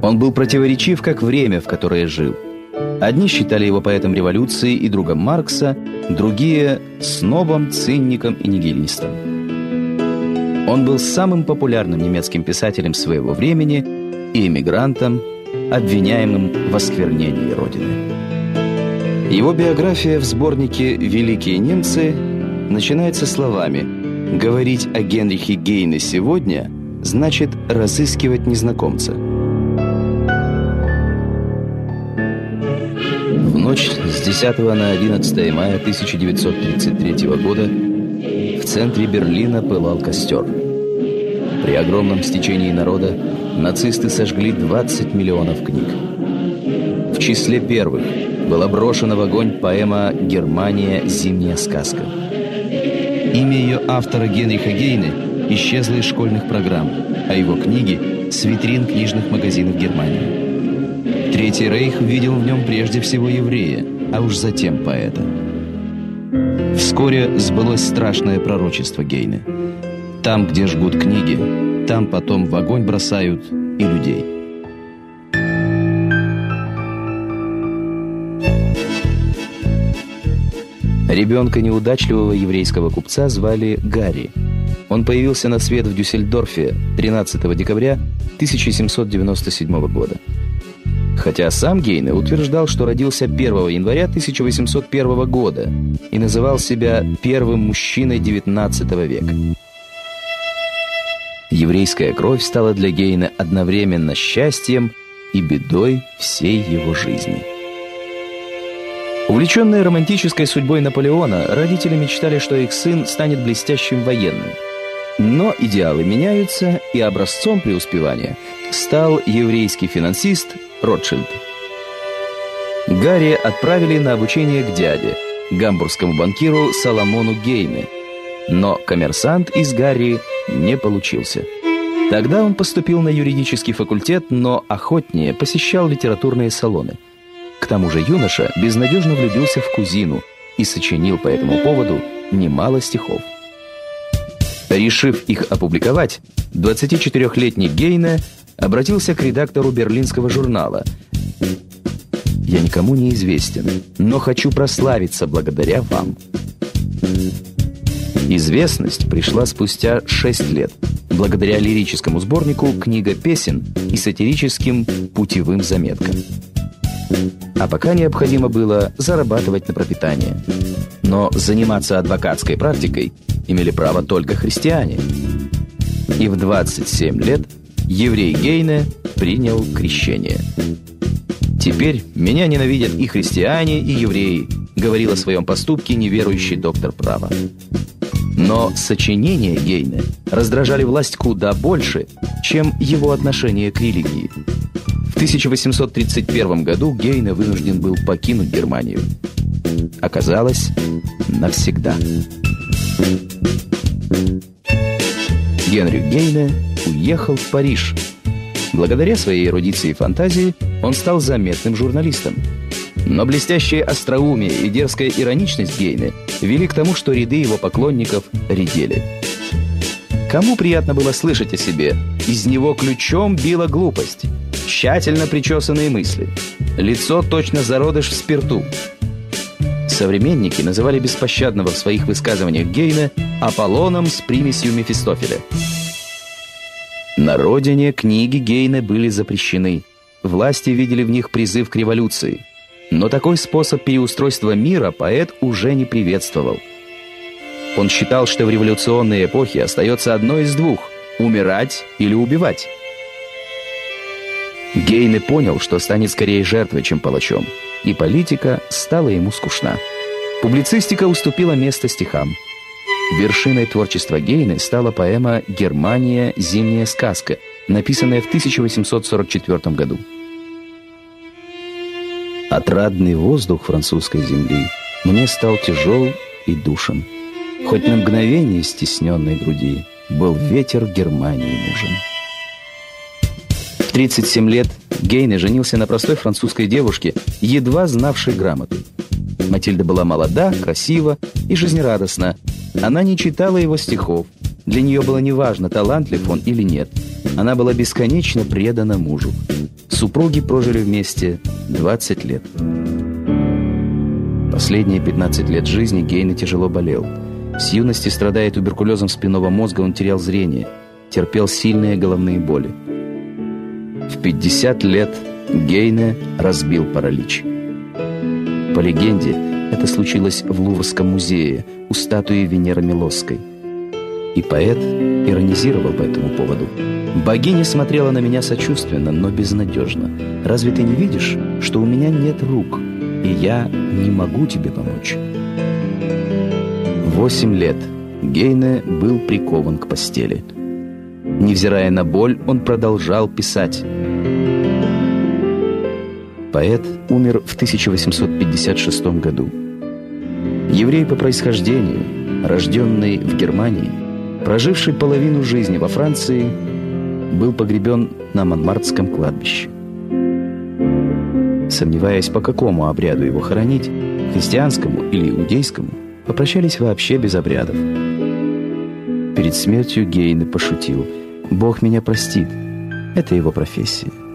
Он был противоречив, как время, в которое жил. Одни считали его поэтом революции и другом Маркса, другие – снобом, циником и нигилистом. Он был самым популярным немецким писателем своего времени и эмигрантом, обвиняемым в осквернении Родины. Его биография в сборнике «Великие немцы» начинается словами: «Говорить о Генрихе Гейне сегодня значит разыскивать незнакомца». В ночь с 10 на 11 мая 1933 года в центре Берлина пылал костер. При огромном стечении народа нацисты сожгли 20 миллионов книг. В числе первых была брошена в огонь поэма «Германия. Зимняя сказка». Имя ее автора Генриха Гейне исчезло из школьных программ, а его книги – с витрин книжных магазинов Германии. Третий рейх видел в нем прежде всего еврея, а уж затем поэта. Вскоре сбылось страшное пророчество Гейне. Там, где жгут книги, там потом в огонь бросают и людей. Ребенка неудачливого еврейского купца звали Гарри. Он появился на свет в Дюссельдорфе 13 декабря 1797 года. Хотя сам Гейне утверждал, что родился 1 января 1801 года и называл себя первым мужчиной XIX века. Еврейская кровь стала для Гейне одновременно счастьем и бедой всей его жизни. Увлеченные романтической судьбой Наполеона, родители мечтали, что их сын станет блестящим военным. Но идеалы меняются, и образцом преуспевания стал еврейский финансист Ротшильд. Гарри отправили на обучение к дяде, гамбургскому банкиру Соломону Гейне. Но коммерсант из Гарри не получился. Тогда он поступил на юридический факультет, но охотнее посещал литературные салоны. К тому же юноша безнадежно влюбился в кузину и сочинил по этому поводу немало стихов. Решив их опубликовать, 24-летний Гейне обратился к редактору берлинского журнала: «Я никому не известен, но хочу прославиться благодаря вам». Известность пришла спустя 6 лет, благодаря лирическому сборнику «Книга песен» и сатирическим «Путевым заметкам». А пока необходимо было зарабатывать на пропитание. Но заниматься адвокатской практикой имели право только христиане. И в 27 лет еврей Гейне принял крещение. «Теперь меня ненавидят и христиане, и евреи», говорил о своем поступке неверующий доктор права. Но сочинения Гейне раздражали власть куда больше, чем его отношение к религии. В 1831 году Гейне вынужден был покинуть Германию. Оказалось, навсегда. Генрих Гейне уехал в Париж. Благодаря своей эрудиции и фантазии он стал заметным журналистом. Но блестящее остроумие и дерзкая ироничность Гейне вели к тому, что ряды его поклонников редели. Кому приятно было слышать о себе? Из него ключом била глупость, тщательно причесанные мысли, лицо точно зародыш в спирту. Современники называли беспощадного в своих высказываниях Гейне Аполлоном с примесью Мефистофеля. На родине книги Гейне были запрещены. Власти видели в них призыв к революции. Но такой способ переустройства мира поэт уже не приветствовал. Он считал, что в революционной эпохе остается одно из двух – умирать или убивать. Гейне понял, что станет скорее жертвой, чем палачом, и политика стала ему скучна. Публицистика уступила место стихам. Вершиной творчества Гейне стала поэма «Германия. Зимняя сказка», написанная в 1844 году. «Отрадный воздух французской земли мне стал тяжел и душен. Хоть на мгновение стесненной груди был ветер Германии нужен». В 37 лет Гейне женился на простой французской девушке, едва знавшей грамоту. Матильда была молода, красива и жизнерадостна. Она не читала его стихов. Для нее было неважно, талантлив он или нет. Она была бесконечно предана мужу. Супруги прожили вместе 20 лет. Последние 15 лет жизни Гейне тяжело болел. С юности, страдая туберкулезом спинного мозга, он терял зрение, терпел сильные головные боли. В 50 лет Гейне разбил паралич. По легенде, это случилось в Луврском музее у статуи Венеры Милосской. И поэт иронизировал по этому поводу. «Богиня смотрела на меня сочувственно, но безнадежно. Разве ты не видишь, что у меня нет рук, и я не могу тебе помочь?» 8 лет Гейне был прикован к постели. Невзирая на боль, он продолжал писать. Поэт умер в 1856 году. Еврей по происхождению, рожденный в Германии, проживший половину жизни во Франции, был погребен на Монмартском кладбище. Сомневаясь, по какому обряду его хоронить, христианскому или иудейскому, попрощались вообще без обрядов. Перед смертью Гейне пошутил: «Бог меня простит, это его профессия».